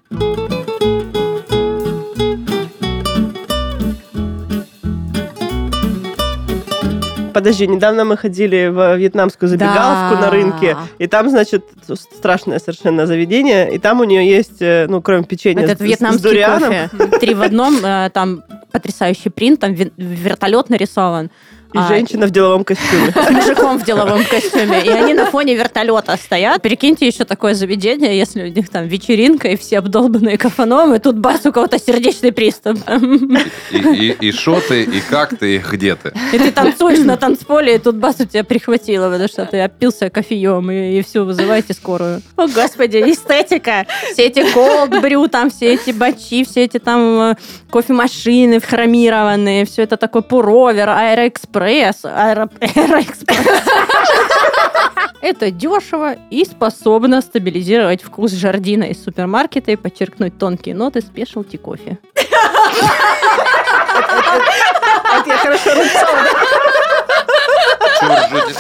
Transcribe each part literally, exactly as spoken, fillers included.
Подожди, недавно мы ходили в вьетнамскую забегаловку Да. на рынке, и там, значит, страшное совершенно заведение, и там у нее есть, ну, кроме печенья Этот с, вьетнамский с дурианом. кофе. Три в одном, э, там потрясающий принт, там ви- вертолет нарисован. И А, женщина в деловом костюме. с мужиком в деловом костюме. И они на фоне вертолета стоят. Прикиньте, еще такое заведение, если у них там вечеринка, и все обдолбанные кафаном, и тут бац, у кого-то сердечный приступ. И, и, и шо ты, и как ты, и где ты? И ты танцуешь на танцполе, и тут бац, у тебя прихватило, потому что ты опился кофеем, и, и все, вызывайте скорую. О, господи, эстетика! Все эти cold brew, там все эти бачи, все эти там э, кофемашины хромированные, все это такой пуровер, аэроэкспресс, аэро... аэроэкспресс. Это дешево и способно стабилизировать вкус Жардина из супермаркета и подчеркнуть тонкие ноты спешалти кофе. Это я хорошо написала, да? Чего вы ржете?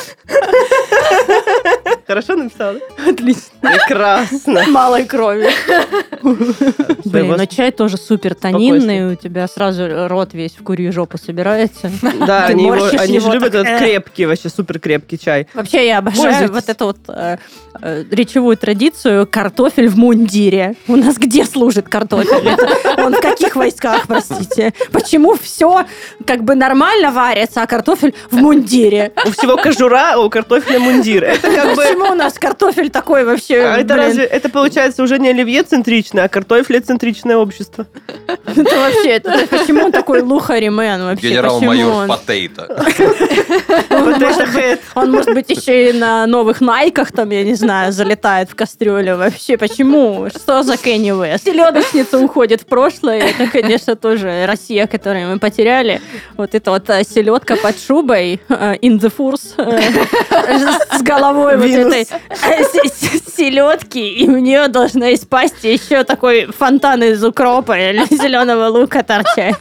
Хорошо написала, да? Отлично. Прекрасно. Малой крови. Блин, вас- но чай тоже супер тонинный, у тебя сразу рот весь в курью жопу собирается. Да, Ты они, его, морщишь они же его любят так, этот э. крепкий, вообще супер крепкий чай. Вообще я обожаю Пользуйтесь. вот эту вот э, э, речевую традицию картофель в мундире. У нас где служит картофель? Это он в каких войсках, простите? Почему все как бы нормально варится, а картофель в мундире? У всего кожура, а у картофеля мундир. Это как бы... Почему у нас картофель такой вообще? А это блин? разве... Это получается уже не оливье-центричное, а картофелецентричное общество. Это вообще, это, почему он такой лухари-мен вообще? Почему Генерал-майор он? Потейто. Вот это хэт. Он, может быть, еще и на новых найках, там, я не знаю, залетает в кастрюлю. Вообще, почему? Что за Кенни Уэст? Селедочница уходит в прошлое. Это, конечно, тоже Россия, которую мы потеряли. Вот эта вот э, селедка под шубой, э, in the force, э, с головой вот Винус. этой э, с- с- селедки, и у нее должна из пасти еще такой фонтан из укропа или зеленого лука торчать.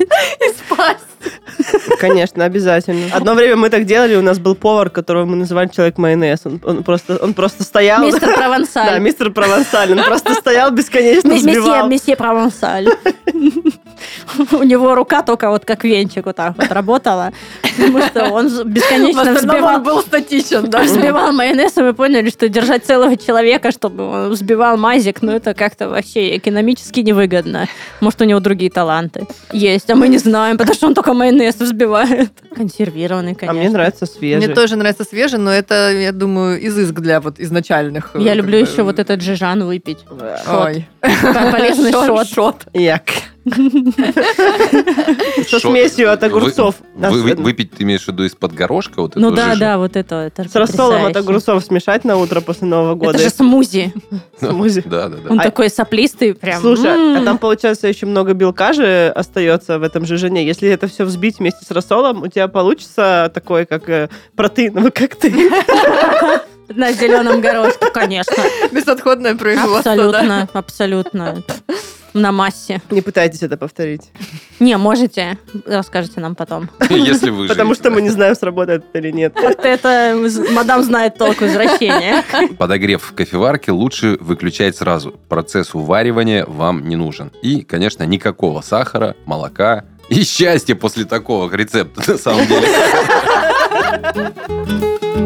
Конечно, обязательно. Одно время мы так делали, у нас был повар, которого мы называли человек-майонез. Он, он просто, он просто стоял... Мистер Да, Провансаль. мистер Провансаль. Он просто стоял бесконечно, Месье, взбивал. месье Провансаль. У него рука только вот как венчик вот так вот работала, потому что он бесконечно взбивал, был статичен, да? взбивал майонез, и мы поняли, что держать целого человека, чтобы он взбивал мазик, ну это как-то вообще экономически невыгодно. Может, у него другие таланты есть, а мы не знаем, потому что он только майонез взбивает. Консервированный, А конечно. мне нравится свежий. Мне тоже нравится свежий, но это, я думаю, изыск для вот изначальных. Я э, люблю как бы, еще вот этот жижан выпить. Шот. Ой. Полезный шот. Шот. Як. Со Шо- смесью от огурцов. Вы- вы- вы- выпить ты имеешь в виду из-под горошка? Вот Ну эту да, жижу? да, вот это. это С рассолом от потрясающе. огурцов смешать на утро после Нового года. Это же смузи. смузи. Да, да, да. Он А- такой соплистый, прям. Слушай, м. а там, получается, еще много белка же остается в этом жижене. Если это все взбить вместе с рассолом, у тебя получится такой, как э, протеиновый коктейль. На зеленом горошке, конечно. Безотходное производство, да. Абсолютно, абсолютно. На массе. Не пытайтесь это повторить. Не, можете. Расскажете нам потом. Если вы Потому что мы не знаем, сработает это или нет. Вот это мадам знает толк в извращении. Подогрев в кофеварке лучше выключать сразу. Процесс уваривания вам не нужен. И, конечно, никакого сахара, молока и счастья после такого рецепта, на самом деле.